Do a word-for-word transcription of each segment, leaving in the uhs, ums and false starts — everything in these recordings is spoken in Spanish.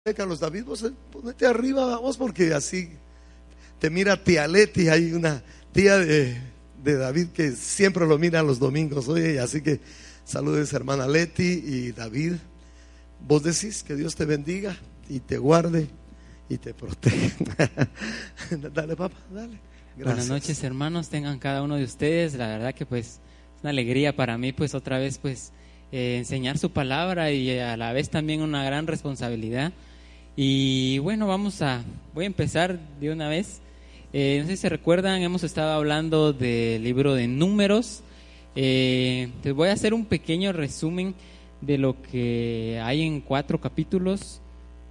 Carlos David, vos ponete arriba, vamos, porque así te mira tía Leti, hay una tía de, de David que siempre lo mira los domingos, oye, así que saludes hermana Leti y David. Vos decís que Dios te bendiga y te guarde y te proteja. Dale, papá, dale. Gracias. Buenas noches, hermanos, tengan cada uno de ustedes. La verdad que pues es una alegría para mí pues otra vez pues eh, enseñar su palabra y a la vez también una gran responsabilidad. Y bueno, vamos a, voy a empezar de una vez. Eh, no sé si se recuerdan, hemos estado hablando del libro de Números. Eh, les voy a hacer un pequeño resumen de lo que hay en cuatro capítulos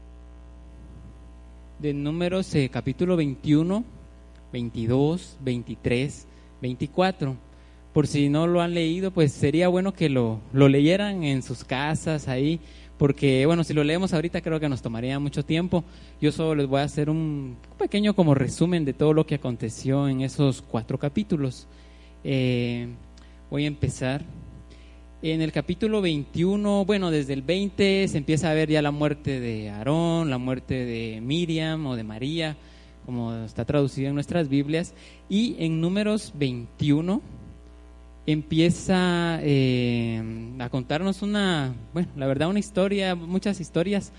de Números, eh, capítulo veintiuno, veintidós, veintitrés, veinticuatro. Por si no lo han leído, pues sería bueno que lo, lo leyeran en sus casas ahí, porque bueno, si lo leemos ahorita creo que nos tomaría mucho tiempo. Yo solo les voy a hacer un pequeño como resumen de todo lo que aconteció en esos cuatro capítulos. Eh, voy a empezar en el capítulo veintiuno. Bueno, desde el veinte se empieza a ver ya la muerte de Aarón, la muerte de Miriam o de María, como está traducido en nuestras Biblias. Y en Números veintiuno empieza eh, a contarnos una, bueno, la verdad una historia, muchas historias.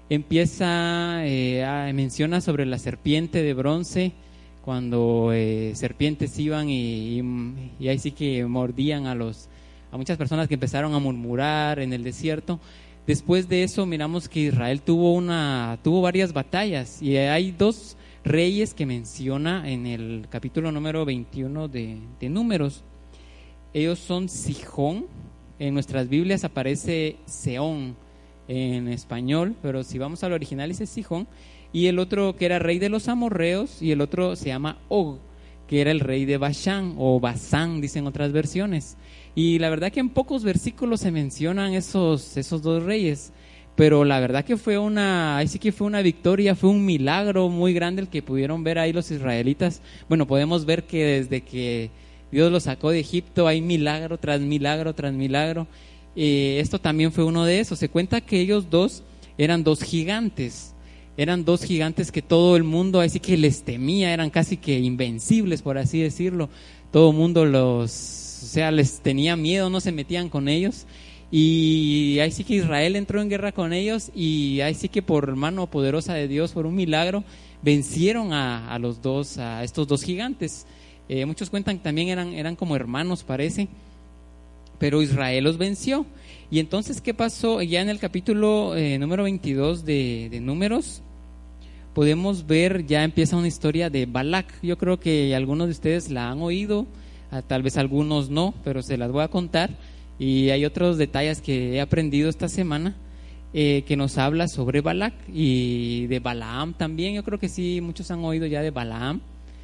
Empieza, eh, a, menciona sobre la serpiente de bronce, cuando eh, serpientes iban y, y, y ahí sí que mordían a los a muchas personas que empezaron a murmurar en el desierto. Después de eso miramos que Israel tuvo una tuvo varias batallas, y hay dos reyes que menciona en el capítulo número veintiuno de, de Números. Ellos son Sihón, en nuestras Biblias aparece Seón en español, pero si vamos al original dice Sihón, y el otro que era rey de los amorreos, y el otro se llama Og, que era el rey de Bashán o Basán, dicen otras versiones. Y la verdad que en pocos versículos se mencionan esos, esos dos reyes, pero la verdad que fue una, ahí sí que fue una victoria, fue un milagro muy grande el que pudieron ver ahí los israelitas. Bueno, podemos ver que desde que Dios los sacó de Egipto hay milagro tras milagro tras milagro. Eh, esto también fue uno de esos. Se cuenta que ellos dos eran dos gigantes, eran dos gigantes que todo el mundo ahí sí que les temía, eran casi que invencibles, por así decirlo. Todo el mundo los, o sea, les tenía miedo, no se metían con ellos. Y ahí sí que Israel entró en guerra con ellos, y ahí sí que por mano poderosa de Dios, por un milagro, vencieron a, a los dos, a estos dos gigantes. Eh, muchos cuentan que también eran, eran como hermanos, parece, pero Israel los venció. Y entonces, ¿qué pasó? Ya en el capítulo eh, número veintidós de, de Números, podemos ver, ya empieza una historia de Balac. Yo creo que algunos de ustedes la han oído, tal vez algunos no, pero se las voy a contar. Y hay otros detalles que he aprendido esta semana, eh, que nos habla sobre Balac y de Balaam también. Yo creo que sí, muchos han oído ya de Balaam.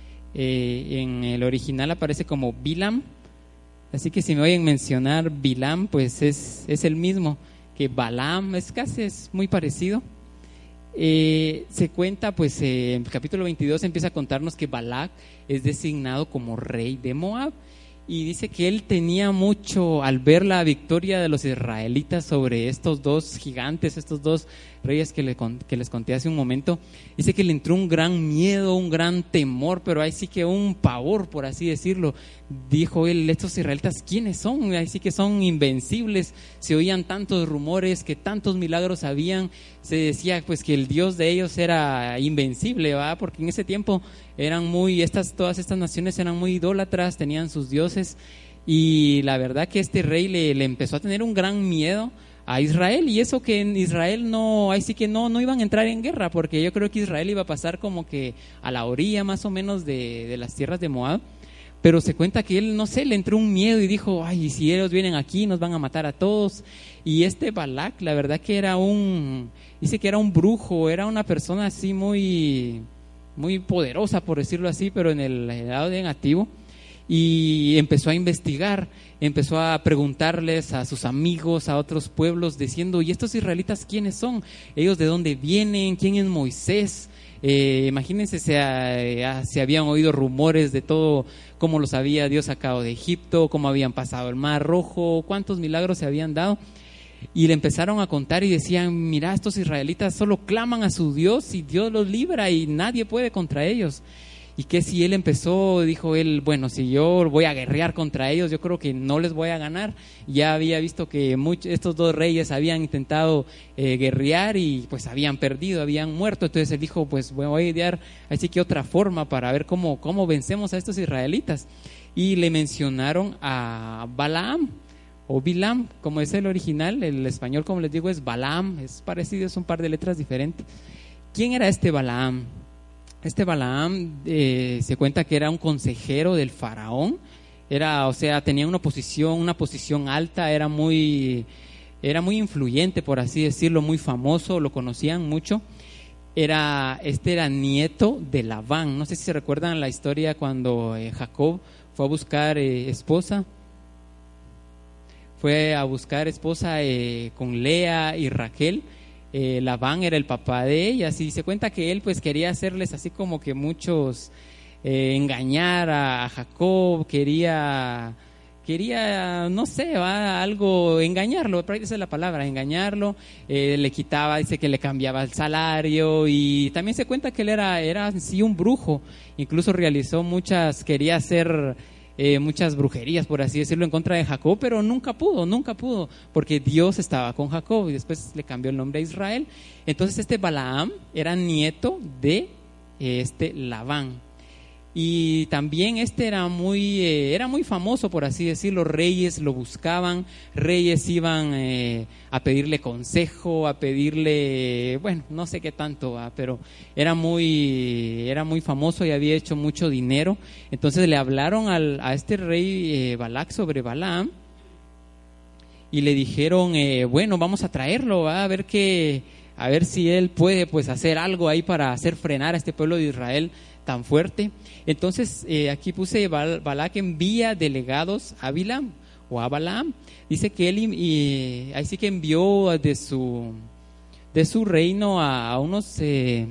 Eh, en el original aparece como Bilam, así que si me oyen mencionar Bilam, pues es, es el mismo que Balaam, es casi, es muy parecido. Eh, se cuenta, pues eh, en el capítulo veintidós empieza a contarnos que Balac es designado como rey de Moab, y dice que él tenía mucho, al ver la victoria de los israelitas sobre estos dos gigantes, estos dos reyes que, le, que les conté hace un momento, dice que le entró un gran miedo, un gran temor, pero ahí sí que un pavor, por así decirlo. Dijo él, estos israelitas, ¿quiénes son? Ahí sí que son invencibles, se oían tantos rumores, que tantos milagros habían, se decía pues que el Dios de ellos era invencible, ¿verdad? Porque en ese tiempo eran muy, estas, todas estas naciones eran muy idólatras, tenían sus dioses, y la verdad que este rey le, le empezó a tener un gran miedo a Israel, y eso que en Israel no, ahí sí que no, no iban a entrar en guerra, porque yo creo que Israel iba a pasar como que a la orilla más o menos de, de las tierras de Moab. Pero se cuenta que él, no sé, le entró un miedo y dijo, ay, si ellos vienen aquí nos van a matar a todos. Y este Balac, la verdad que era un, dice que era un brujo, era una persona así muy, muy poderosa, por decirlo así, pero en el lado negativo. Y empezó a investigar, empezó a preguntarles a sus amigos, a otros pueblos, diciendo, ¿y estos israelitas quiénes son? ¿Ellos de dónde vienen? ¿Quién es Moisés? Eh, imagínense, se, eh, se habían oído rumores de todo, cómo los había Dios sacado de Egipto, cómo habían pasado el Mar Rojo, cuántos milagros se habían dado. Y le empezaron a contar y decían, mira, estos israelitas solo claman a su Dios y Dios los libra y nadie puede contra ellos. Y que si él empezó, dijo él, bueno, si yo voy a guerrear contra ellos, yo creo que no les voy a ganar. Ya había visto que muchos, estos dos reyes habían intentado eh, guerrear y pues habían perdido, habían muerto. Entonces él dijo, pues voy a idear así que otra forma para ver cómo, cómo vencemos a estos israelitas. Y le mencionaron a Balaam o Bilam, como es el original. El español, como les digo, es Balaam, es parecido, es un par de letras diferentes. ¿Quién era este Balaam? Este Balaam eh, se cuenta que era un consejero del faraón, era, o sea, tenía una posición, una posición alta, era muy, era muy influyente, por así decirlo, muy famoso, lo conocían mucho. Era, este era nieto de Labán. No sé si se recuerdan la historia cuando eh, Jacob fue a buscar eh, esposa. Fue a buscar esposa eh, con Lea y Raquel. Eh, Labán era el papá de ellas y se cuenta que él pues quería hacerles así como que muchos eh, engañar a, a Jacob, quería quería no sé, va, algo, engañarlo, esa es la palabra, engañarlo, eh, le quitaba, dice que le cambiaba el salario y también se cuenta que él era, era sí un brujo, incluso realizó muchas, quería hacer Eh, muchas brujerías, por así decirlo, en contra de Jacob, pero nunca pudo, nunca pudo, porque Dios estaba con Jacob y después le cambió el nombre a Israel. Entonces este Balaam era nieto de este Labán. Y también este era muy, eh, era muy famoso, por así decirlo, reyes lo buscaban, reyes iban eh, a pedirle consejo, a pedirle, bueno, no sé qué tanto, ¿va? Pero era muy, era muy famoso y había hecho mucho dinero. Entonces le hablaron al, a este rey eh, Balac sobre Balaam y le dijeron, eh, bueno, vamos a traerlo, ¿va? a ver qué, a ver si él puede pues hacer algo ahí para hacer frenar a este pueblo de Israel tan fuerte. Entonces eh, aquí puse Bal- Balac envía delegados a Bilam o a Balaam. Dice que él y, ahí sí que envió de su de su reino a, a unos eh,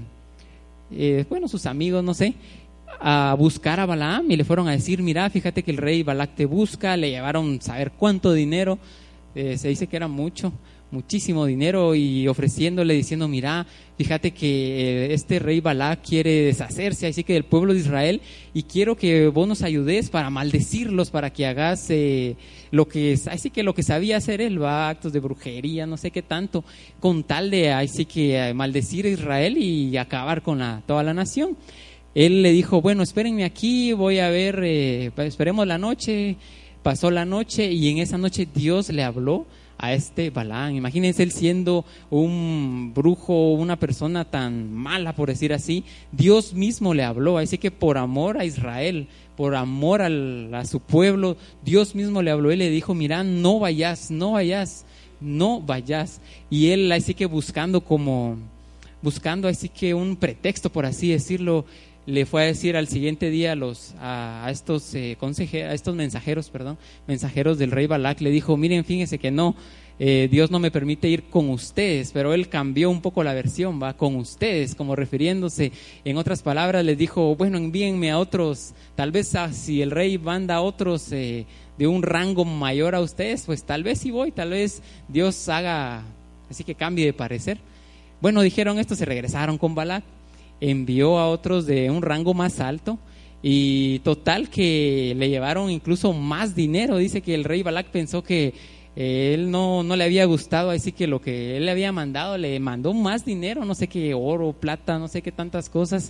eh, bueno, sus amigos, no sé, a buscar a Balaam y le fueron a decir, mira, fíjate que el rey Balac te busca. Le llevaron saber cuánto dinero, eh, se dice que era mucho, muchísimo dinero, y ofreciéndole, diciendo, mira, fíjate que este rey Balac quiere deshacerse así que del pueblo de Israel y quiero que vos nos ayudes para maldecirlos, para que hagas eh, lo que, así que lo que sabía hacer él, va, actos de brujería, no sé qué tanto, con tal de así que maldecir a Israel y acabar con la, toda la nación. Él le dijo, bueno, espérenme aquí, voy a ver, eh, esperemos la noche. Pasó la noche y en esa noche Dios le habló a este Balaam. Imagínense él siendo un brujo, una persona tan mala, por decir así, Dios mismo le habló. Así que por amor a Israel, por amor al, a su pueblo, Dios mismo le habló y le dijo, mira, no vayas, no vayas, no vayas. Y él así que buscando como, buscando así que un pretexto, por así decirlo, le fue a decir al siguiente día a los a, a estos eh, consejeros, a estos mensajeros, perdón, mensajeros del rey Balac, le dijo, miren, fíjense que no, eh, Dios no me permite ir con ustedes, pero él cambió un poco la versión, va, con ustedes, como refiriéndose, en otras palabras les dijo, bueno, envíenme a otros, tal vez a, si el rey manda a otros eh, de un rango mayor a ustedes, pues tal vez sí voy, tal vez Dios haga, así que cambie de parecer. Bueno, dijeron esto, se regresaron con Balac, envió a otros de un rango más alto y total que le llevaron incluso más dinero. Dice que el rey Balac pensó que eh, él no, no le había gustado, así que lo que él le había mandado, le mandó más dinero, no sé qué, oro, plata, no sé qué tantas cosas.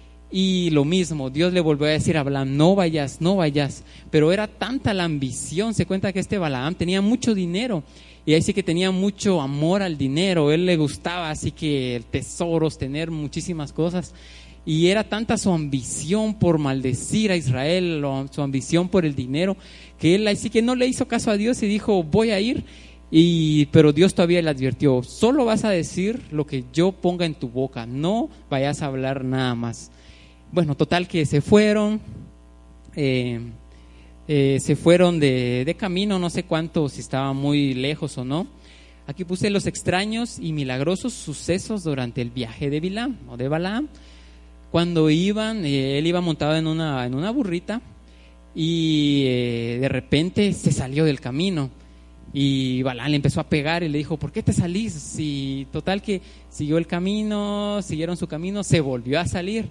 Y lo mismo, Dios le volvió a decir a Balaam, no vayas, no vayas. Pero era tanta la ambición, se cuenta que este Balaam tenía mucho dinero y ahí sí que tenía mucho amor al dinero, él le gustaba así que tesoros, tener muchísimas cosas, y era tanta su ambición por maldecir a Israel, su ambición por el dinero, que él ahí sí que no le hizo caso a Dios y dijo, voy a ir, y, pero Dios todavía le advirtió, solo vas a decir lo que yo ponga en tu boca, no vayas a hablar nada más. Bueno, total que se fueron, eh, Eh, se fueron de, de camino, no sé cuánto, si estaba muy lejos o no. Aquí puse los extraños y milagrosos sucesos durante el viaje de Bilam o de Balaam. Cuando iban, eh, él iba montado en una, en una burrita y eh, de repente se salió del camino Y Balaam le empezó a pegar y le dijo, ¿por qué te salís? Y total que siguió el camino, siguieron su camino, se volvió a salir.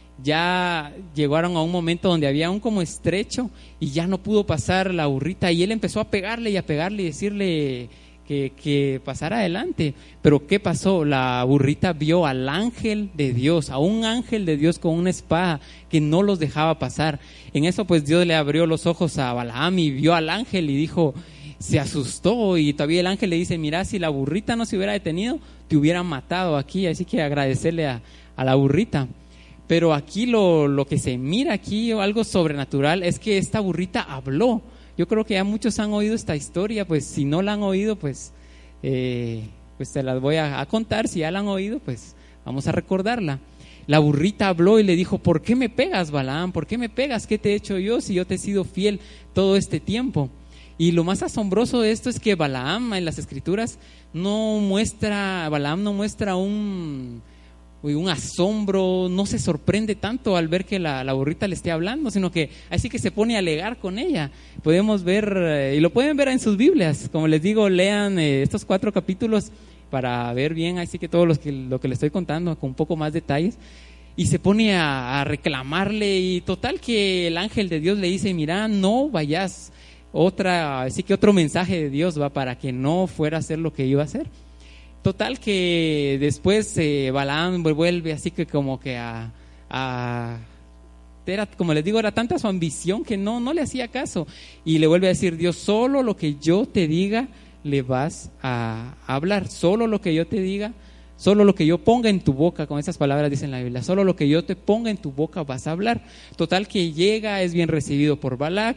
Ya llegaron a un momento donde había un como estrecho y ya no pudo pasar la burrita, y él empezó a pegarle y a pegarle y decirle que, que pasara adelante. Pero ¿qué pasó? La burrita vio al ángel de Dios, a un ángel de Dios con una espada que no los dejaba pasar. En eso pues Dios le abrió los ojos a Balaam y vio al ángel y dijo, se asustó, y todavía el ángel le dice, mira, si la burrita no se hubiera detenido, te hubieran matado aquí. Así que agradecerle a, a la burrita. Pero aquí lo, lo que se mira aquí, algo sobrenatural, es que esta burrita habló. Yo creo que ya muchos han oído esta historia, pues si no la han oído, pues, eh, pues te las voy a, a contar. Si ya la han oído, pues vamos a recordarla. La burrita habló y le dijo, ¿por qué me pegas, Balaam? ¿Por qué me pegas? ¿Qué te he hecho yo si yo te he sido fiel todo este tiempo? Y lo más asombroso de esto es que Balaam en las escrituras no muestra, Balaam no muestra un... un asombro, no se sorprende tanto al ver que la, la burrita le esté hablando, sino que así que se pone a alegar con ella. Podemos ver, eh, y lo pueden ver en sus Biblias, como les digo, lean eh, estos cuatro capítulos para ver bien, así que todo los que, lo que les estoy contando con un poco más detalles, y se pone a, a reclamarle, y total que el ángel de Dios le dice, mira, no vayas, otra, así que otro mensaje de Dios va para que no fuera a hacer lo que iba a hacer. Total que después eh, Balaam vuelve así que como que a, a era, como les digo, era tanta su ambición que no, no le hacía caso, y le vuelve a decir, Dios, solo lo que yo te diga le vas a hablar, solo lo que yo te diga, solo lo que yo ponga en tu boca, con esas palabras dice en la Biblia, solo lo que yo te ponga en tu boca vas a hablar. Total que llega, es bien recibido por Balac,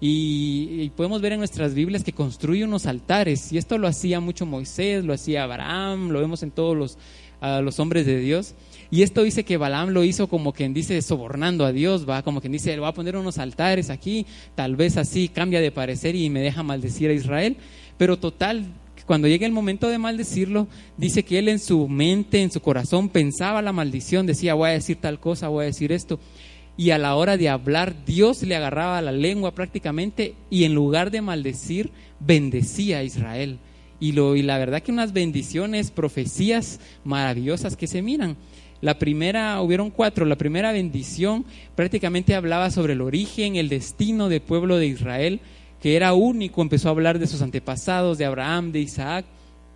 y, y podemos ver en nuestras Biblias que construye unos altares, y esto lo hacía mucho Moisés, lo hacía Abraham, lo vemos en todos los, uh, los hombres de Dios. Y esto dice que Balaam lo hizo como quien dice sobornando a Dios, va, como quien dice, le voy a poner unos altares aquí, tal vez así cambia de parecer y me deja maldecir a Israel. Pero total, cuando llega el momento de maldecirlo, dice que él en su mente, en su corazón pensaba la maldición, decía, voy a decir tal cosa, voy a decir esto. Y a la hora de hablar, Dios le agarraba la lengua prácticamente, y en lugar de maldecir, bendecía a Israel. Y, lo, y la verdad que unas bendiciones, profecías maravillosas que se miran. La primera, hubieron cuatro, la primera bendición prácticamente hablaba sobre el origen, el destino del pueblo de Israel, que era único, empezó a hablar de sus antepasados, de Abraham, de Isaac.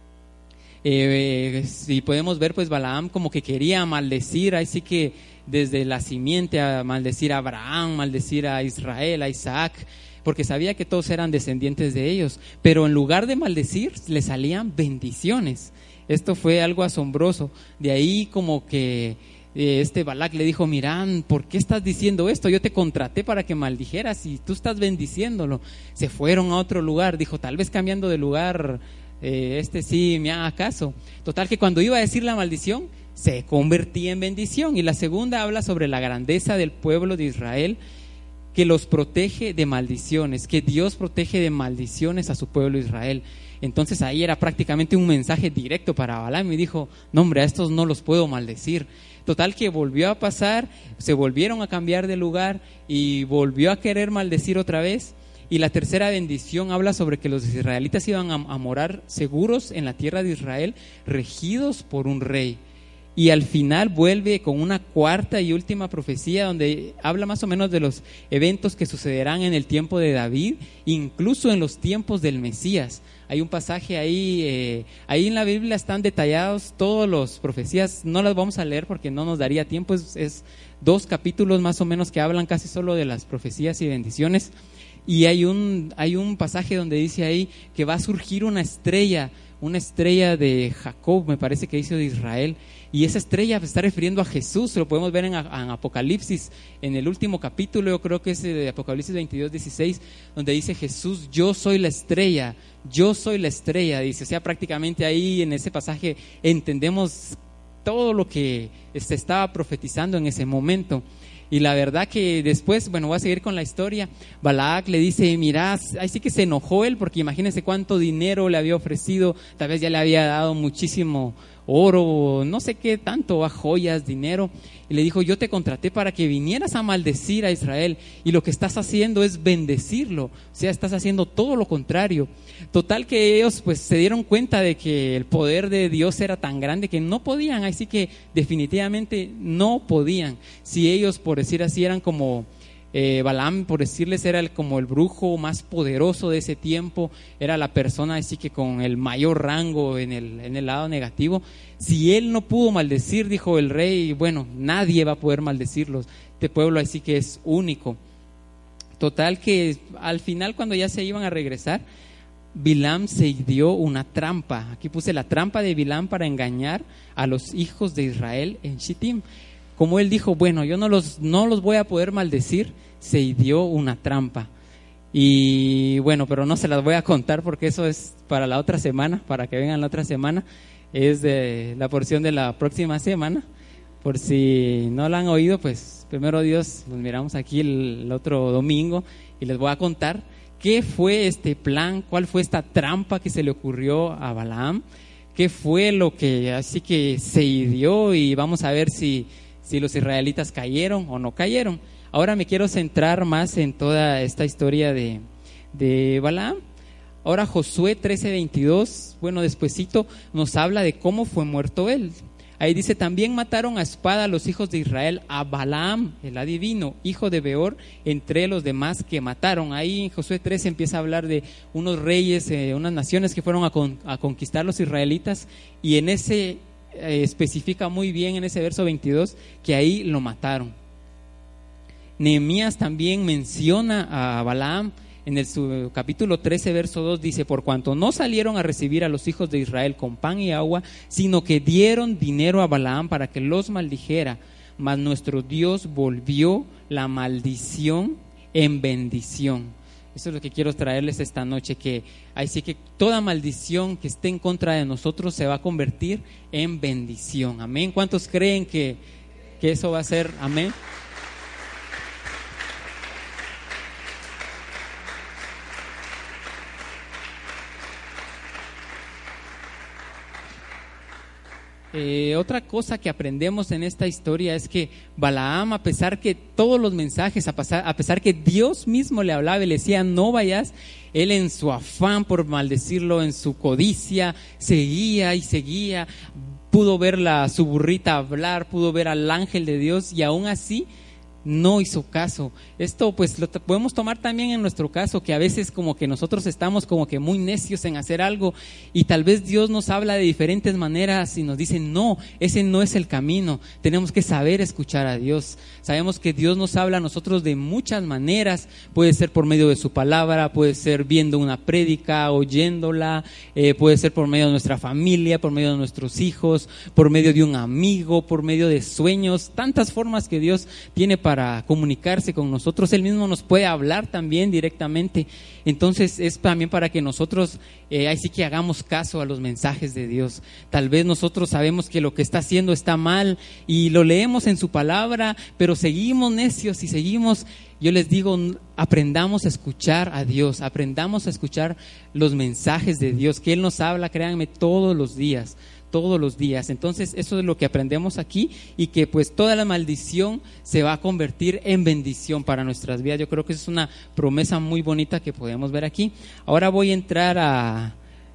Eh, si podemos ver, pues Balaam como que quería maldecir, así que desde la simiente a maldecir a Abraham, maldecir a Israel, a Isaac, porque sabía que todos eran descendientes de ellos, pero en lugar de maldecir, le salían bendiciones. Esto fue algo asombroso. De ahí como que eh, este Balac le dijo, mirán, ¿por qué estás diciendo esto? Yo te contraté para que maldijeras y tú estás bendiciéndolo. Se fueron a otro lugar, dijo, tal vez cambiando de lugar, eh, este sí me haga caso. Total que cuando iba a decir la maldición, se convertía en bendición. Y la segunda habla sobre la grandeza del pueblo de Israel, que los protege de maldiciones, que Dios protege de maldiciones a su pueblo Israel. Entonces ahí era prácticamente un mensaje directo para Balaam y dijo, no hombre, a estos no los puedo maldecir. Total que volvió a pasar, se volvieron a cambiar de lugar y volvió a querer maldecir otra vez. Y la tercera bendición habla sobre que los israelitas iban a, a morar seguros en la tierra de Israel, regidos por un rey. Y al final vuelve con una cuarta y última profecía donde habla más o menos de los eventos que sucederán en el tiempo de David, incluso en los tiempos del Mesías. Hay un pasaje ahí, eh, ahí en la Biblia están detallados todas las profecías, no las vamos a leer porque no nos daría tiempo, es, es dos capítulos más o menos que hablan casi solo de las profecías y bendiciones. Y hay un, hay un pasaje donde dice ahí que va a surgir una estrella, una estrella de Jacob, me parece que dice de Israel, y esa estrella se está refiriendo a Jesús. Lo podemos ver en, en Apocalipsis, en el último capítulo, yo creo que es de Apocalipsis veintidós, dieciséis, donde dice Jesús, yo soy la estrella, yo soy la estrella, dice. O sea, prácticamente ahí en ese pasaje entendemos todo lo que se estaba profetizando en ese momento. Y la verdad que después, bueno, voy a seguir con la historia. Balac le dice, mirá, ahí sí que se enojó él, porque imagínense cuánto dinero le había ofrecido, tal vez ya le había dado muchísimo oro, no sé qué tanto, a joyas, dinero. Y le dijo, yo te contraté para que vinieras a maldecir a Israel y lo que estás haciendo es bendecirlo, o sea, estás haciendo todo lo contrario. Total que ellos pues se dieron cuenta de que el poder de Dios era tan grande que no podían, así que definitivamente no podían. Si ellos, por decir así, eran como... Eh, Balaam, por decirles, era el, como el brujo más poderoso de ese tiempo, era la persona así que con el mayor rango en el, en el lado negativo. Si él no pudo maldecir, dijo el rey, bueno, nadie va a poder maldecirlos, este pueblo así que es único. Total que al final, cuando ya se iban a regresar, Bilam se dio una trampa. Aquí puse la trampa de Bilam para engañar a los hijos de Israel en Shittim. Como él dijo, bueno, yo no los, no los voy a poder maldecir, se dio una trampa. Y bueno, pero no se las voy a contar porque eso es para la otra semana, para que vengan la otra semana. Es de la porción de la próxima semana. Por si no la han oído, pues primero Dios, nos miramos aquí el, el otro domingo y les voy a contar qué fue este plan, cuál fue esta trampa que se le ocurrió a Balaam, qué fue lo que así que se dio, y vamos a ver si... si los israelitas cayeron o no cayeron. Ahora me quiero centrar más en toda esta historia de, de Balaam. Ahora Josué trece veintidós, bueno, despuesito nos habla de cómo fue muerto él. Ahí dice, también mataron a espada a los hijos de Israel a Balaam, el adivino, hijo de Beor, entre los demás que mataron. Ahí en Josué trece empieza a hablar de unos reyes, eh, unas naciones que fueron a, con, a conquistar los israelitas, y en ese... Eh, especifica muy bien en ese verso veintidós que ahí lo mataron. Nehemías también menciona a Balaam en el su, capítulo trece verso dos, dice, por cuanto no salieron a recibir a los hijos de Israel con pan y agua, sino que dieron dinero a Balaam para que los maldijera, mas nuestro Dios volvió la maldición en bendición. Eso es lo que quiero traerles esta noche, que así que toda maldición que esté en contra de nosotros se va a convertir en bendición. Amén. ¿Cuántos creen que, que eso va a ser? Amén. Eh, otra cosa que aprendemos en esta historia es que Balaam, a pesar que todos los mensajes, a pesar, a pesar que Dios mismo le hablaba y le decía no vayas, él en su afán por maldecirlo, en su codicia, seguía y seguía. Pudo ver la, su burrita hablar, pudo ver al ángel de Dios, y aún así no hizo caso. Esto pues lo podemos tomar también en nuestro caso, que a veces como que nosotros estamos como que muy necios en hacer algo, y tal vez Dios nos habla de diferentes maneras y nos dice no, ese no es el camino. Tenemos que saber escuchar a Dios. Sabemos que Dios nos habla a nosotros de muchas maneras, puede ser por medio de su palabra, puede ser viendo una prédica, oyéndola, eh, puede ser por medio de nuestra familia, por medio de nuestros hijos, por medio de un amigo, por medio de sueños, tantas formas que Dios tiene para para comunicarse con nosotros. Él mismo nos puede hablar también directamente. Entonces es también para que nosotros eh, ahí sí que hagamos caso a los mensajes de Dios. Tal vez nosotros sabemos que lo que está haciendo está mal y lo leemos en su palabra, pero seguimos necios y seguimos. Yo les digo, aprendamos a escuchar a Dios, aprendamos a escuchar los mensajes de Dios, que Él nos habla, créanme, todos los días. todos los días. Entonces eso es lo que aprendemos aquí, y que pues toda la maldición se va a convertir en bendición para nuestras vidas. Yo creo que es una promesa muy bonita que podemos ver aquí. Ahora voy a entrar a,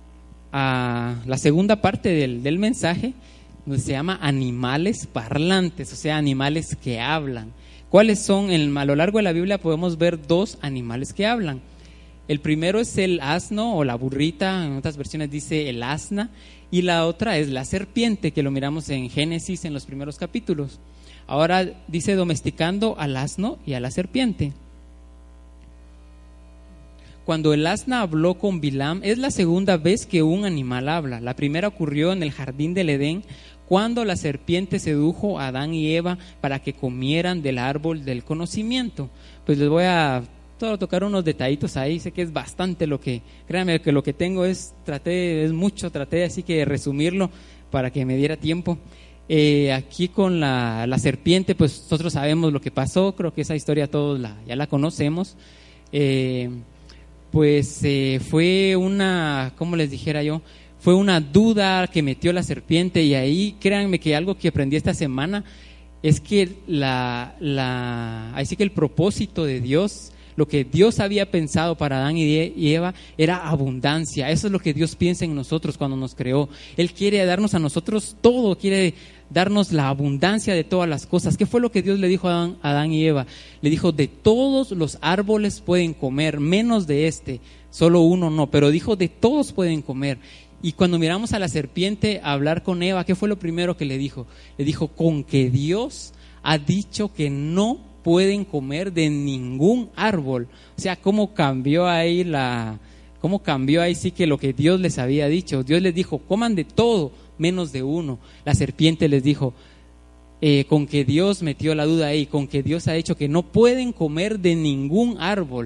a la segunda parte del, del mensaje, donde se llama animales parlantes, o sea, animales que hablan. ¿Cuáles son? En, a lo largo de la Biblia podemos ver dos animales que hablan. El primero es el asno o la burrita, en otras versiones dice el asna, y la otra es la serpiente, que lo miramos en Génesis en los primeros capítulos. Ahora dice domesticando al asno y a la serpiente. Cuando el asna habló con Bilam, es la segunda vez que un animal habla. La primera ocurrió en el jardín del Edén, cuando la serpiente sedujo a Adán y Eva para que comieran del árbol del conocimiento. Pues les voy a solo tocar unos detallitos ahí. Sé que es bastante lo que, créanme que lo que tengo es, traté, es mucho, traté así que de resumirlo para que me diera tiempo. Eh, aquí con la, la serpiente, pues nosotros sabemos lo que pasó, creo que esa historia todos la, ya la conocemos. Eh, pues eh, fue una, ¿cómo les dijera yo? fue una duda que metió la serpiente, y ahí créanme que algo que aprendí esta semana es que la, la, así que el propósito de Dios, lo que Dios había pensado para Adán y Eva era abundancia. Eso es lo que Dios piensa en nosotros cuando nos creó. Él quiere darnos a nosotros todo, quiere darnos la abundancia de todas las cosas. ¿Qué fue lo que Dios le dijo a Adán, a Adán y Eva? Le dijo, de todos los árboles pueden comer, menos de este, solo uno no, pero dijo, de todos pueden comer. Y cuando miramos a la serpiente a hablar con Eva, ¿qué fue lo primero que le dijo? Le dijo, con que Dios ha dicho que no pueden comer de ningún árbol. O sea, cómo cambió ahí la, cómo cambió ahí sí que lo que Dios les había dicho. Dios les dijo, coman de todo, menos de uno. La serpiente les dijo, eh, con que Dios metió la duda ahí, con que Dios ha dicho que no pueden comer de ningún árbol.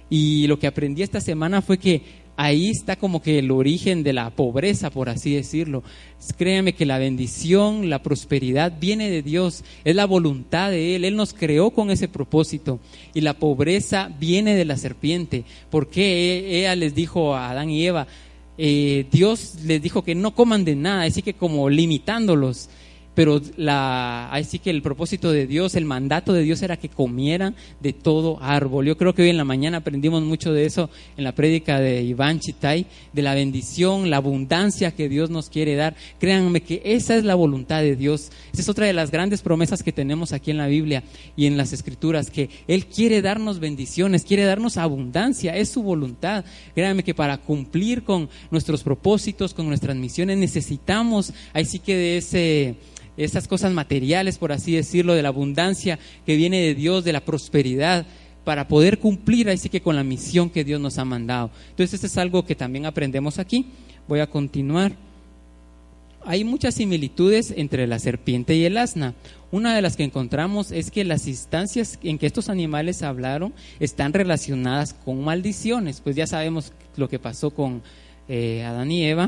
Y lo que aprendí esta semana fue que ahí está como que el origen de la pobreza, por así decirlo. Créanme que la bendición, la prosperidad viene de Dios, es la voluntad de Él. Él nos creó con ese propósito, y la pobreza viene de la serpiente. ¿Por qué ella les dijo a Adán y Eva? Eh, Dios les dijo que no coman de nada, así que como limitándolos. Pero la, así que el propósito de Dios, el mandato de Dios era que comieran de todo árbol. Yo creo que hoy en la mañana aprendimos mucho de eso en la prédica de Iván Chitay, de la bendición, la abundancia que Dios nos quiere dar. Créanme que esa es la voluntad de Dios. Esa es otra de las grandes promesas que tenemos aquí en la Biblia y en las Escrituras, que Él quiere darnos bendiciones, quiere darnos abundancia, es su voluntad. Créanme que para cumplir con nuestros propósitos, con nuestras misiones, necesitamos, así que de ese... esas cosas materiales, por así decirlo, de la abundancia que viene de Dios, de la prosperidad, para poder cumplir así que con la misión que Dios nos ha mandado. Entonces, esto es algo que también aprendemos aquí. Voy a continuar. Hay muchas similitudes entre la serpiente y el asna. Una de las que encontramos es que las instancias en que estos animales hablaron están relacionadas con maldiciones. Pues ya sabemos lo que pasó con eh, Adán y Eva.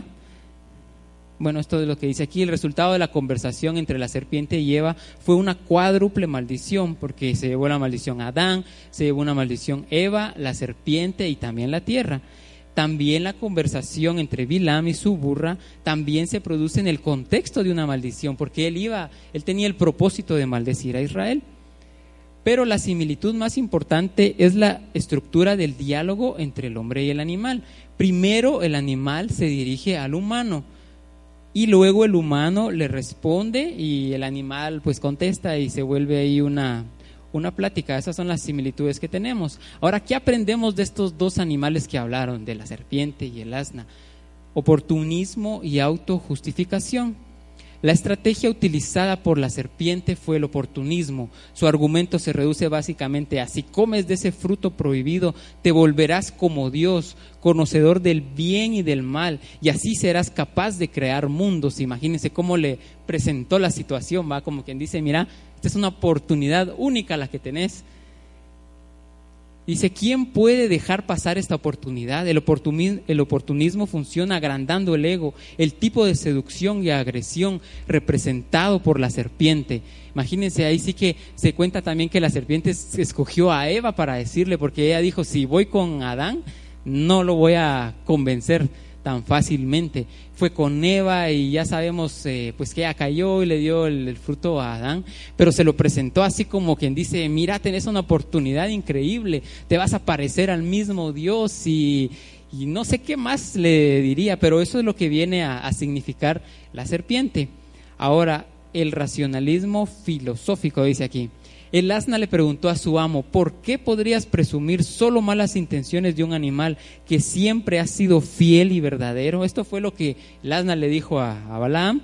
Bueno, esto es lo que dice aquí. El resultado de la conversación entre la serpiente y Eva fue una cuádruple maldición, porque se llevó la maldición a Adán, se llevó una maldición Eva, la serpiente y también la tierra. También la conversación entre Bilam y su burra también se produce en el contexto de una maldición, porque él iba, él tenía el propósito de maldecir a Israel. Pero la similitud más importante es la estructura del diálogo entre el hombre y el animal. Primero el animal se dirige al humano, y luego el humano le responde y el animal pues contesta y se vuelve ahí una, una plática. Esas son las similitudes que tenemos. Ahora, ¿qué aprendemos de estos dos animales que hablaron, de la serpiente y el asna? Oportunismo y autojustificación. La estrategia utilizada por la serpiente fue el oportunismo. Su argumento se reduce básicamente a: si comes de ese fruto prohibido, te volverás como Dios, conocedor del bien y del mal, y así serás capaz de crear mundos. Imagínense cómo le presentó la situación, va como quien dice: mira, esta es una oportunidad única la que tenés. Dice, ¿quién puede dejar pasar esta oportunidad? El oportunismo, el oportunismo funciona agrandando el ego, el tipo de seducción y agresión representado por la serpiente. Imagínense, ahí sí que se cuenta también que la serpiente escogió a Eva para decirle, porque ella dijo, si voy con Adán, no lo voy a convencer tan fácilmente. Fue con Eva y ya sabemos eh, pues que ella cayó y le dio el, el fruto a Adán, pero se lo presentó así como quien dice, mira, tenés una oportunidad increíble, te vas a parecer al mismo Dios y, y no sé qué más le diría, pero eso es lo que viene a, a significar la serpiente. Ahora, el racionalismo filosófico dice aquí. El asna le preguntó a su amo, ¿por qué podrías presumir solo malas intenciones de un animal que siempre ha sido fiel y verdadero? Esto fue lo que el asna le dijo a, a Balaam.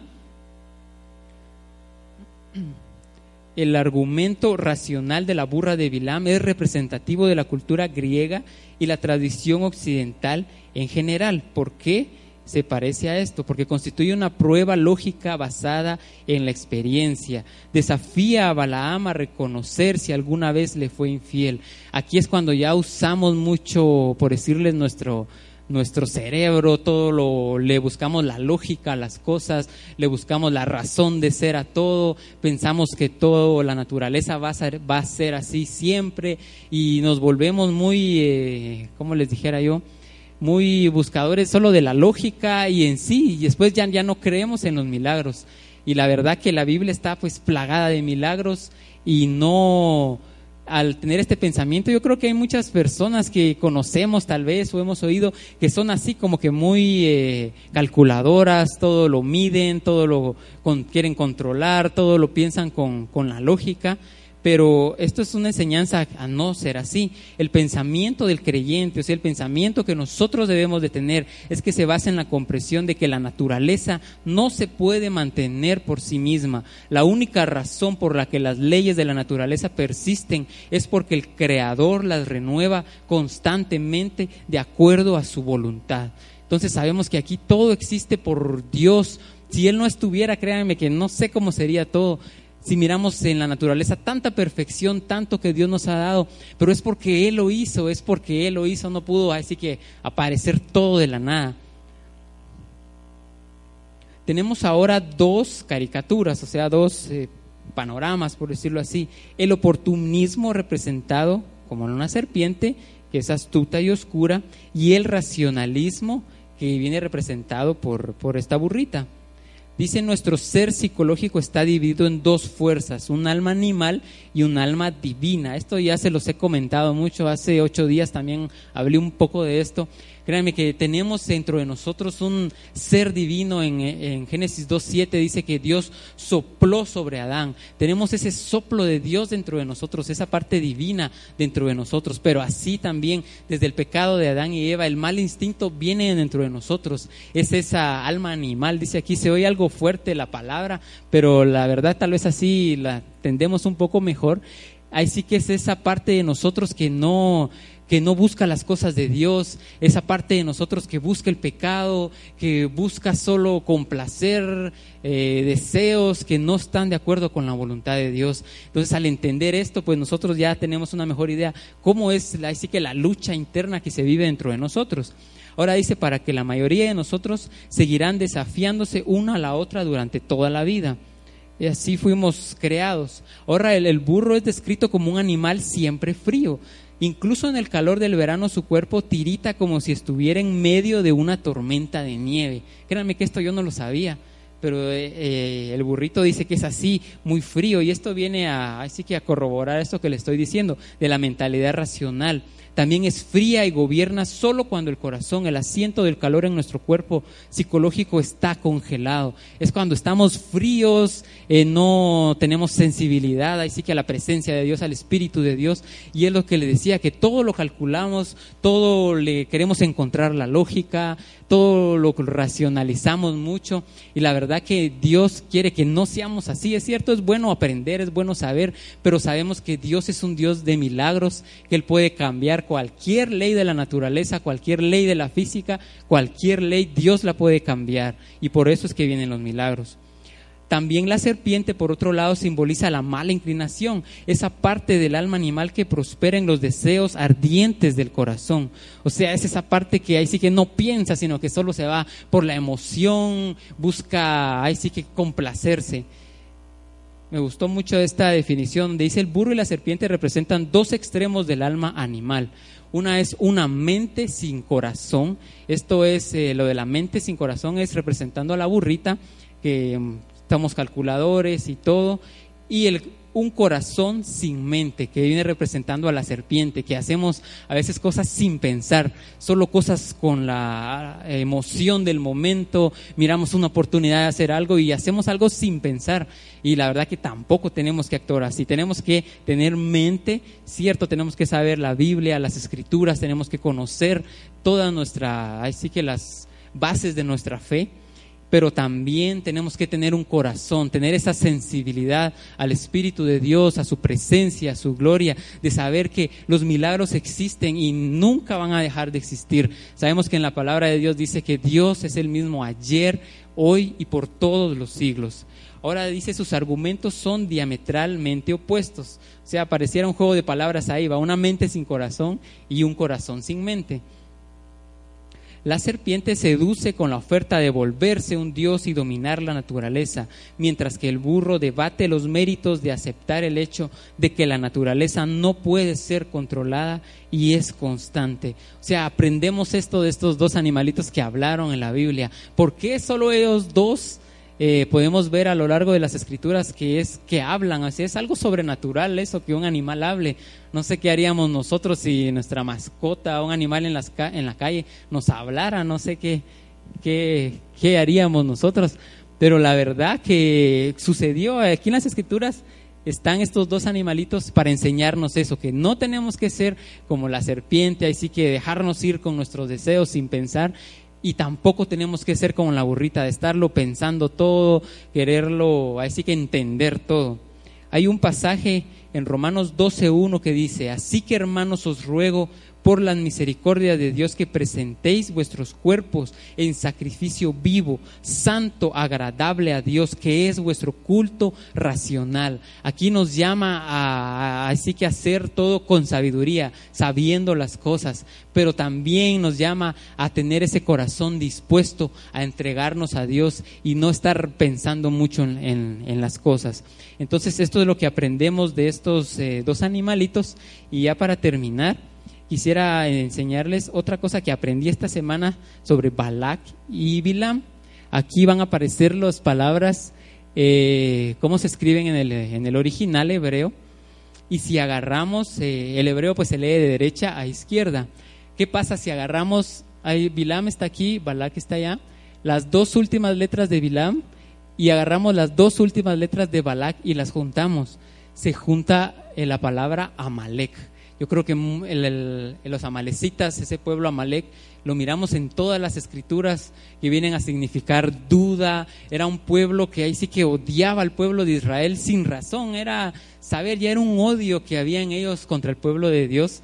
El argumento racional de la burra de Bilam es representativo de la cultura griega y la tradición occidental en general. ¿Por qué se parece a esto? Porque constituye una prueba lógica basada en la experiencia. Desafía a Balaam a reconocer si alguna vez le fue infiel. Aquí es cuando ya usamos mucho, por decirles, nuestro, nuestro cerebro, todo lo, le buscamos la lógica a las cosas, le buscamos la razón de ser a todo, pensamos que todo, la naturaleza va a ser, va a ser así siempre y nos volvemos muy, eh, ¿cómo les dijera yo? muy buscadores solo de la lógica y en sí, y después ya, ya no creemos en los milagros. Y la verdad que la Biblia está pues plagada de milagros, y no, al tener este pensamiento, yo creo que hay muchas personas que conocemos tal vez o hemos oído que son así como que muy eh, calculadoras, todo lo miden, todo lo con, quieren controlar, todo lo piensan con, con la lógica. Pero esto es una enseñanza a no ser así. El pensamiento del creyente, o sea, el pensamiento que nosotros debemos de tener, es que se basa en la comprensión de que la naturaleza no se puede mantener por sí misma. La única razón por la que las leyes de la naturaleza persisten es porque el Creador las renueva constantemente de acuerdo a su voluntad. Entonces sabemos que aquí todo existe por Dios. Si Él no estuviera, créanme que no sé cómo sería todo. Si miramos en la naturaleza tanta perfección, tanto que Dios nos ha dado, pero es porque Él lo hizo, es porque Él lo hizo, no pudo así que aparecer todo de la nada. Tenemos ahora dos caricaturas, o sea, dos eh, panoramas, por decirlo así. El oportunismo representado como una serpiente, que es astuta y oscura, y el racionalismo, que viene representado por, por esta burrita. Dice, nuestro ser psicológico está dividido en dos fuerzas, un alma animal y un alma divina. Esto ya se los he comentado mucho, hace ocho días también hablé un poco de esto. Créanme que tenemos dentro de nosotros un ser divino. En, en Génesis dos siete dice que Dios sopló sobre Adán. Tenemos ese soplo de Dios dentro de nosotros, esa parte divina dentro de nosotros. Pero así también, desde el pecado de Adán y Eva, el mal instinto viene dentro de nosotros. Es esa alma animal. Dice aquí, se oye algo fuerte la palabra, pero la verdad tal vez así la entendemos un poco mejor. Ahí sí que es esa parte de nosotros que no... que no busca las cosas de Dios, esa parte de nosotros que busca el pecado, que busca solo complacer eh, deseos que no están de acuerdo con la voluntad de Dios. Entonces, al entender esto, pues nosotros ya tenemos una mejor idea cómo es así que la lucha interna que se vive dentro de nosotros. Ahora dice, para que la mayoría de nosotros seguirán desafiándose una a la otra durante toda la vida. Y así fuimos creados. Ahora el, el burro es descrito como un animal siempre frío. Incluso en el calor del verano su cuerpo tirita como si estuviera en medio de una tormenta de nieve. Créanme que esto yo no lo sabía, pero eh, eh, el burrito dice que es así, muy frío, y esto viene a, así que a corroborar esto que le estoy diciendo, de la mentalidad racional. También es fría y gobierna solo cuando el corazón, el asiento del calor en nuestro cuerpo psicológico está congelado. Es cuando estamos fríos, eh, no tenemos sensibilidad, así que a la presencia de Dios, al Espíritu de Dios. Y es lo que le decía, que todo lo calculamos, todo le queremos encontrar la lógica, todo lo racionalizamos mucho, y la verdad que Dios quiere que no seamos así. Es cierto, es bueno aprender, es bueno saber, pero sabemos que Dios es un Dios de milagros, que Él puede cambiar cualquier ley de la naturaleza, cualquier ley de la física, cualquier ley, Dios la puede cambiar, y por eso es que vienen los milagros. También la serpiente, por otro lado, simboliza la mala inclinación, esa parte del alma animal que prospera en los deseos ardientes del corazón. O sea, es esa parte que ahí sí que no piensa, sino que solo se va por la emoción, busca ahí sí que complacerse. Me gustó mucho esta definición, donde dice, el burro y la serpiente representan dos extremos del alma animal. Una es una mente sin corazón. Esto es, eh, lo de la mente sin corazón es representando a la burrita, que estamos calculadores y todo, y el, un corazón sin mente, que viene representando a la serpiente, que hacemos a veces cosas sin pensar, solo cosas con la emoción del momento, miramos una oportunidad de hacer algo y hacemos algo sin pensar, y la verdad que tampoco tenemos que actuar así. Tenemos que tener mente, cierto, tenemos que saber la Biblia, las Escrituras, tenemos que conocer toda nuestra, así que las bases de nuestra fe, pero también tenemos que tener un corazón, tener esa sensibilidad al Espíritu de Dios, a su presencia, a su gloria, de saber que los milagros existen y nunca van a dejar de existir. Sabemos que en la palabra de Dios dice que Dios es el mismo ayer, hoy y por todos los siglos. Ahora dice, sus argumentos son diametralmente opuestos. O sea, pareciera un juego de palabras ahí, va una mente sin corazón y un corazón sin mente. La serpiente seduce con la oferta de volverse un dios y dominar la naturaleza, mientras que el burro debate los méritos de aceptar el hecho de que la naturaleza no puede ser controlada y es constante. O sea, aprendemos esto de estos dos animalitos que hablaron en la Biblia. ¿Por qué solo ellos dos? Eh, podemos ver a lo largo de las escrituras que es que hablan, así es algo sobrenatural eso, que un animal hable. No sé qué haríamos nosotros si nuestra mascota o un animal en, las, en la calle nos hablara, no sé qué, qué, qué haríamos nosotros, pero la verdad que sucedió aquí en las escrituras. Están estos dos animalitos para enseñarnos eso, que no tenemos que ser como la serpiente, así que dejarnos ir con nuestros deseos sin pensar. Y tampoco tenemos que ser como la burrita, de estarlo pensando todo, quererlo, así que entender todo. Hay un pasaje en Romanos doce uno que dice: así que, hermanos, os ruego por la misericordia de Dios que presentéis vuestros cuerpos en sacrificio vivo, santo, agradable a Dios, que es vuestro culto racional. Aquí nos llama a, a así que hacer todo con sabiduría, sabiendo las cosas, pero también nos llama a tener ese corazón dispuesto a entregarnos a Dios y no estar pensando mucho en, en, en las cosas. Entonces, esto es lo que aprendemos de estos eh, dos animalitos. Y ya para terminar, quisiera enseñarles otra cosa que aprendí esta semana sobre Balac y Bilam. Aquí van a aparecer las palabras, eh, cómo se escriben en el, en el original hebreo. Y si agarramos, eh, el hebreo pues se lee de derecha a izquierda. ¿Qué pasa si agarramos, ahí Bilam está aquí, Balac está allá, las dos últimas letras de Bilam y agarramos las dos últimas letras de Balac y las juntamos? Se junta eh, la palabra Amalek. Yo creo que el, el, los amalecitas, ese pueblo Amalek, lo miramos en todas las escrituras que vienen a significar duda. Era un pueblo que ahí sí que odiaba al pueblo de Israel sin razón. Era saber, ya era un odio que había en ellos contra el pueblo de Dios.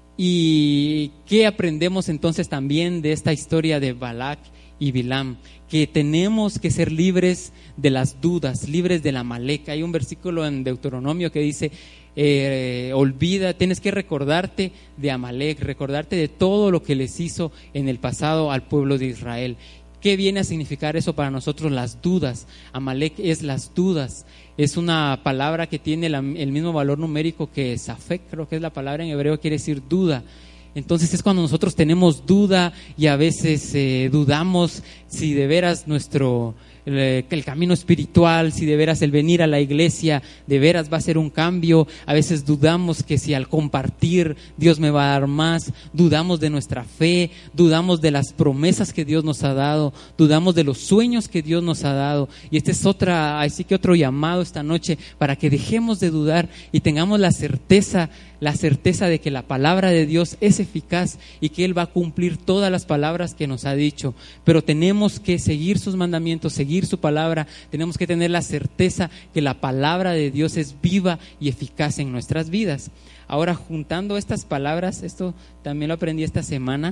¿Y qué aprendemos entonces también de esta historia de Balac y Bilam? Que tenemos que ser libres de las dudas, libres del Amalek. Hay un versículo en Deuteronomio que dice: eh, olvida, tienes que recordarte de Amalek, recordarte de todo lo que les hizo en el pasado al pueblo de Israel. ¿Qué viene a significar eso para nosotros? Las dudas. Amalek es las dudas. Es una palabra que tiene la, el mismo valor numérico que Safek, creo que es la palabra en hebreo, quiere decir duda. Entonces es cuando nosotros tenemos duda y a veces eh, dudamos si de veras nuestro el, el camino espiritual, si de veras el venir a la iglesia de veras va a ser un cambio. A veces dudamos que si al compartir Dios me va a dar más, dudamos de nuestra fe, dudamos de las promesas que Dios nos ha dado, dudamos de los sueños que Dios nos ha dado. Y este es otra, así que otro llamado esta noche para que dejemos de dudar y tengamos la certeza la certeza de que la palabra de Dios es eficaz y que Él va a cumplir todas las palabras que nos ha dicho. Pero tenemos que seguir sus mandamientos, seguir su palabra. Tenemos que tener la certeza que la palabra de Dios es viva y eficaz en nuestras vidas. Ahora, juntando estas palabras, esto también lo aprendí esta semana.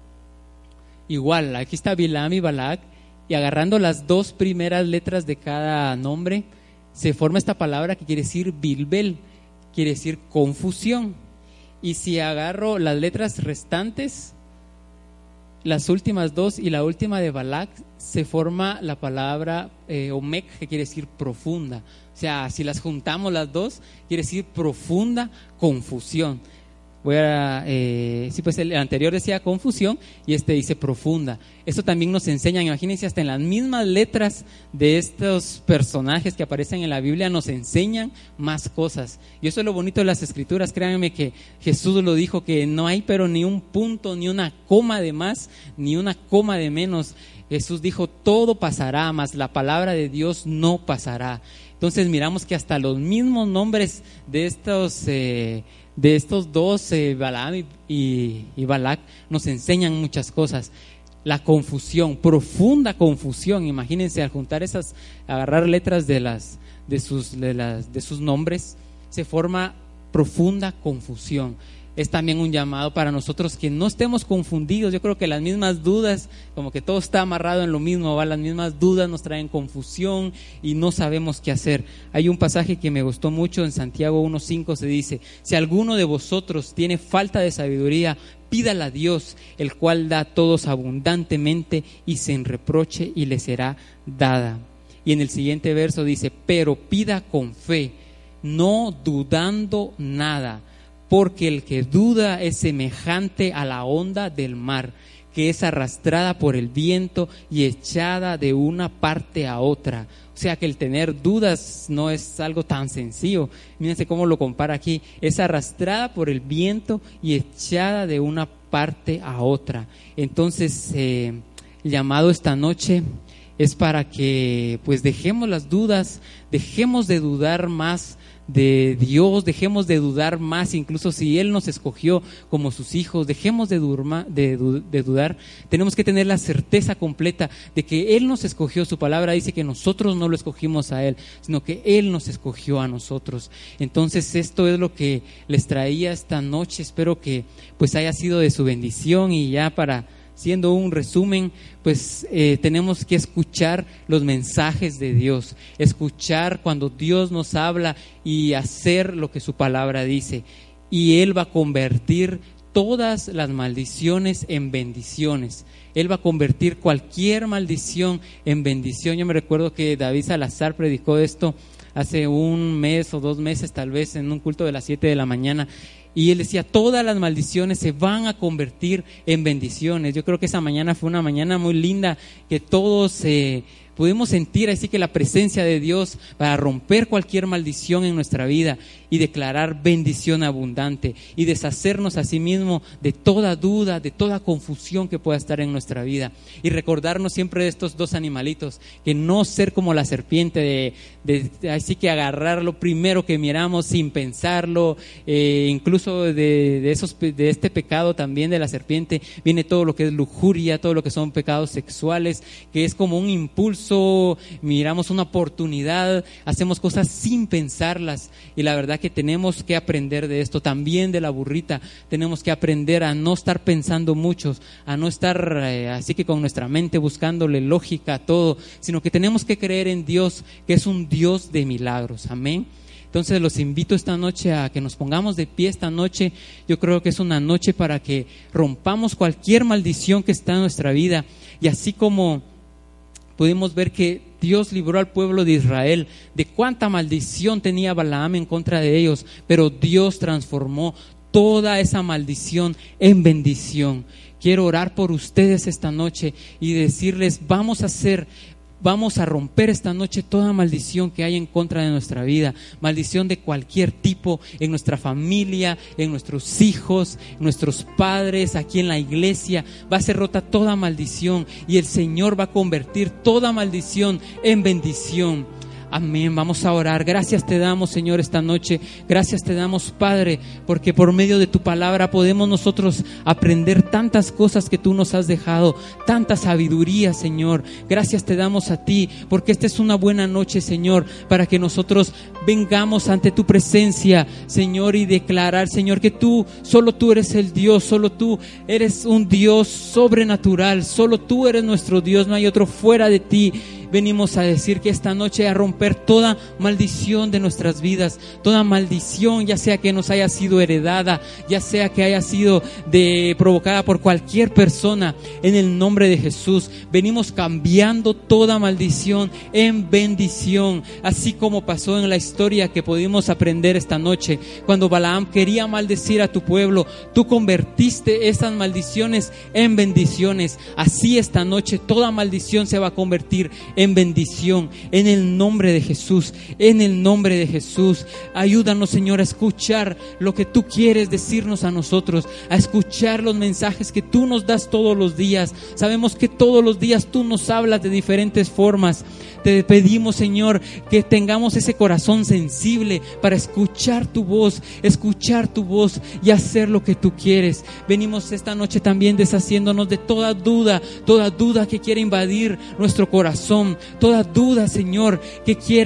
Igual, aquí está Bilam y Balac, y agarrando las dos primeras letras de cada nombre, se forma esta palabra que quiere decir Bilbel, quiere decir confusión. Y si agarro las letras restantes, las últimas dos y la última de Balac, se forma la palabra eh, Omek, que quiere decir profunda. O sea, si las juntamos las dos, quiere decir profunda confusión. Voy a, eh, sí, pues el anterior decía confusión y este dice profunda. Esto también nos enseña, imagínense, hasta en las mismas letras de estos personajes que aparecen en la Biblia nos enseñan más cosas. Y eso es lo bonito de las escrituras. Créanme que Jesús lo dijo, que no hay pero ni un punto, ni una coma de más, ni una coma de menos. Jesús dijo, todo pasará, mas la palabra de Dios no pasará. Entonces miramos que hasta los mismos nombres de estos eh, de estos dos, eh, Balaam y, y, y Balac, nos enseñan muchas cosas. La confusión, profunda confusión. Imagínense, al juntar esas, agarrar letras de las de sus de las de sus nombres, se forma profunda confusión. es también un llamado para nosotros que no estemos confundidos. Yo creo que las mismas dudas, como que todo está amarrado en lo mismo, ¿va? Las mismas dudas nos traen confusión y no sabemos qué hacer. Hay un pasaje que me gustó mucho en Santiago uno cinco, se dice: si alguno de vosotros tiene falta de sabiduría, pídala a Dios, el cual da a todos abundantemente y sin reproche, y le será dada. Y en el siguiente verso dice: pero pida con fe, no dudando nada, porque el que duda es semejante a la onda del mar, que es arrastrada por el viento y echada de una parte a otra. O sea que el tener dudas no es algo tan sencillo. Mírense cómo lo compara aquí: es arrastrada por el viento y echada de una parte a otra. Entonces, eh, el llamado esta noche es para que pues dejemos las dudas, dejemos de dudar más de Dios, dejemos de dudar más, incluso si Él nos escogió como sus hijos, dejemos de, durma, de, de dudar. Tenemos que tener la certeza completa de que Él nos escogió. Su palabra dice que nosotros no lo escogimos a Él, sino que Él nos escogió a nosotros. Entonces esto es lo que les traía esta noche. Espero que pues haya sido de su bendición. Y ya para siendo un resumen, pues eh, tenemos que escuchar los mensajes de Dios, escuchar cuando Dios nos habla y hacer lo que su palabra dice, y Él va a convertir todas las maldiciones en bendiciones. Él va a convertir cualquier maldición en bendición. Yo me recuerdo que David Salazar predicó esto hace un mes o dos meses, tal vez, en un culto de las siete de la mañana. Y él decía: todas las maldiciones se van a convertir en bendiciones. Yo creo que esa mañana fue una mañana muy linda, que todos eh, pudimos sentir así que la presencia de Dios para romper cualquier maldición en nuestra vida y declarar bendición abundante y deshacernos a sí mismo de toda duda, de toda confusión que pueda estar en nuestra vida, y recordarnos siempre de estos dos animalitos, que no ser como la serpiente, de, de, de así que agarrar lo primero que miramos sin pensarlo. Eh, incluso de, de, esos, de este pecado también de la serpiente viene todo lo que es lujuria, todo lo que son pecados sexuales, que es como un impulso, miramos una oportunidad, hacemos cosas sin pensarlas, y la verdad que tenemos que aprender de esto. También de la burrita tenemos que aprender a no estar pensando muchos, a no estar eh, así que con nuestra mente buscándole lógica a todo, sino que tenemos que creer en Dios, que es un Dios de milagros. Amén. Entonces los invito esta noche a que nos pongamos de pie esta noche. Yo creo que es una noche para que rompamos cualquier maldición que está en nuestra vida, y así como pudimos ver que Dios libró al pueblo de Israel de cuánta maldición tenía Balaam en contra de ellos, pero Dios transformó toda esa maldición en bendición. Quiero orar por ustedes esta noche y decirles: vamos a hacer Vamos a romper esta noche toda maldición que hay en contra de nuestra vida, maldición de cualquier tipo, en nuestra familia, en nuestros hijos, en nuestros padres, aquí en la iglesia. Va a ser rota toda maldición y el Señor va a convertir toda maldición en bendición. Amén. Vamos a orar. Gracias te damos, Señor, esta noche. Gracias te damos, Padre, porque por medio de tu palabra podemos nosotros aprender tantas cosas que tú nos has dejado, tanta sabiduría, Señor. Gracias te damos a ti, porque esta es una buena noche, Señor, para que nosotros vengamos ante tu presencia, Señor, y declarar, Señor, que tú, solo tú eres el Dios, solo tú eres un Dios sobrenatural, solo tú eres nuestro Dios, no hay otro fuera de ti. Venimos a decir que esta noche a romper toda maldición de nuestras vidas, toda maldición, ya sea que nos haya sido heredada, ya sea que haya sido de, provocada por cualquier persona, en el nombre de Jesús. Venimos cambiando toda maldición en bendición, así como pasó en la historia que pudimos aprender esta noche, cuando Balaam quería maldecir a tu pueblo, tú convertiste esas maldiciones en bendiciones. Así esta noche toda maldición se va a convertir en en bendición, en el nombre de Jesús, en el nombre de Jesús. Ayúdanos, Señor, a escuchar lo que tú quieres decirnos a nosotros, a escuchar los mensajes que tú nos das todos los días. Sabemos que todos los días tú nos hablas de diferentes formas. Te pedimos, Señor, que tengamos ese corazón sensible para escuchar tu voz, escuchar tu voz y hacer lo que tú quieres. Venimos esta noche también deshaciéndonos de toda duda, toda duda que quiera invadir nuestro corazón, toda duda, Señor, que quiera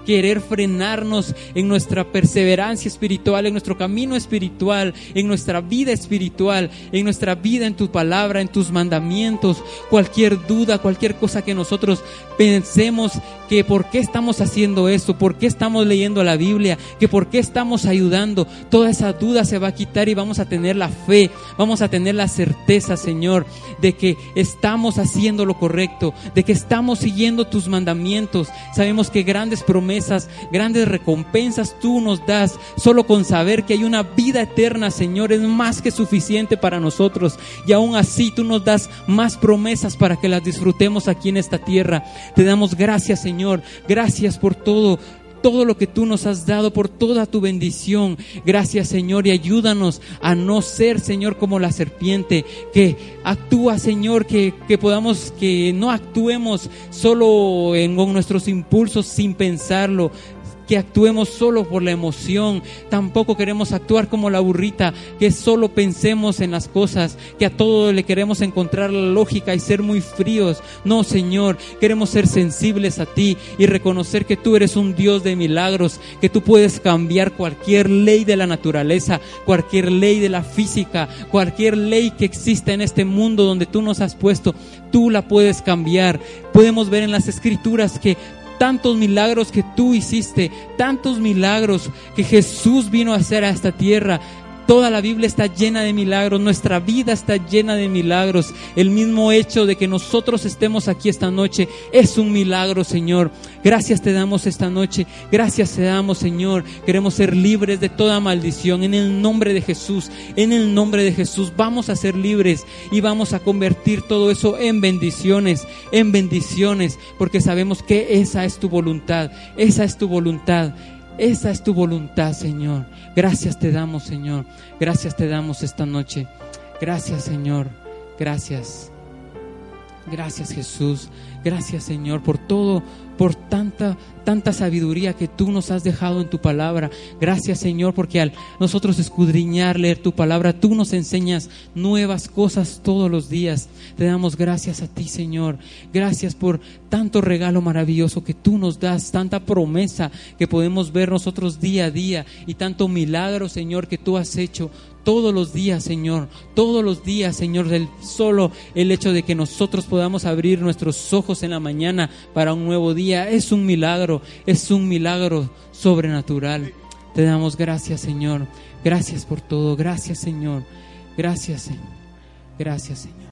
querer frenarnos en nuestra perseverancia espiritual, en nuestro camino espiritual, en nuestra vida espiritual, en nuestra vida en tu palabra, en tus mandamientos. Cualquier duda, cualquier cosa que nosotros pensemos que por qué estamos haciendo esto, por qué estamos leyendo la Biblia, que por qué estamos ayudando, toda esa duda se va a quitar y vamos a tener la fe, vamos a tener la certeza, Señor, de que estamos haciendo lo correcto, de que estamos siguiendo tus mandamientos. Sabemos que grandes promesas, grandes recompensas tú nos das. Solo con saber que hay una vida eterna, Señor, es más que suficiente para nosotros, y aún así tú nos das más promesas para que las disfrutemos aquí en esta tierra. Te damos gracias, Señor, gracias por todo todo lo que tú nos has dado, por toda tu bendición. Gracias, Señor, y ayúdanos a no ser, Señor, como la serpiente que actúa, Señor, que, que podamos, que no actuemos solo en, con nuestros impulsos sin pensarlo, que actuemos solo por la emoción. Tampoco queremos actuar como la burrita, que solo pensemos en las cosas, que a todo le queremos encontrar la lógica y ser muy fríos. No, Señor, queremos ser sensibles a ti y reconocer que tú eres un Dios de milagros, que tú puedes cambiar cualquier ley de la naturaleza, cualquier ley de la física, cualquier ley que exista en este mundo donde tú nos has puesto, tú la puedes cambiar. Podemos ver en las Escrituras que tantos milagros que tú hiciste, tantos milagros que Jesús vino a hacer a esta tierra. Toda la Biblia está llena de milagros, nuestra vida está llena de milagros. El mismo hecho de que nosotros estemos aquí esta noche es un milagro, Señor. Gracias te damos esta noche, gracias te damos, Señor. Queremos ser libres de toda maldición en el nombre de Jesús. En el nombre de Jesús vamos a ser libres y vamos a convertir todo eso en bendiciones, en bendiciones, porque sabemos que esa es tu voluntad, esa es tu voluntad. Esa es tu voluntad, Señor. Gracias te damos, Señor. Gracias te damos esta noche. Gracias, Señor. Gracias. Gracias, Jesús. Gracias, Señor, por todo, por tanta, tanta sabiduría que tú nos has dejado en tu palabra. Gracias, Señor, porque al nosotros escudriñar, leer tu palabra, tú nos enseñas nuevas cosas todos los días. Te damos gracias a ti, Señor. Gracias por tanto regalo maravilloso que tú nos das, tanta promesa que podemos ver nosotros día a día y tanto milagro, Señor, que tú has hecho todos los días, Señor, todos los días, Señor. Del solo el hecho de que nosotros podamos abrir nuestros ojos en la mañana para un nuevo día es un milagro, es un milagro sobrenatural. Te damos gracias, Señor. Gracias por todo. Gracias, Señor. Gracias, Señor. Gracias, Señor.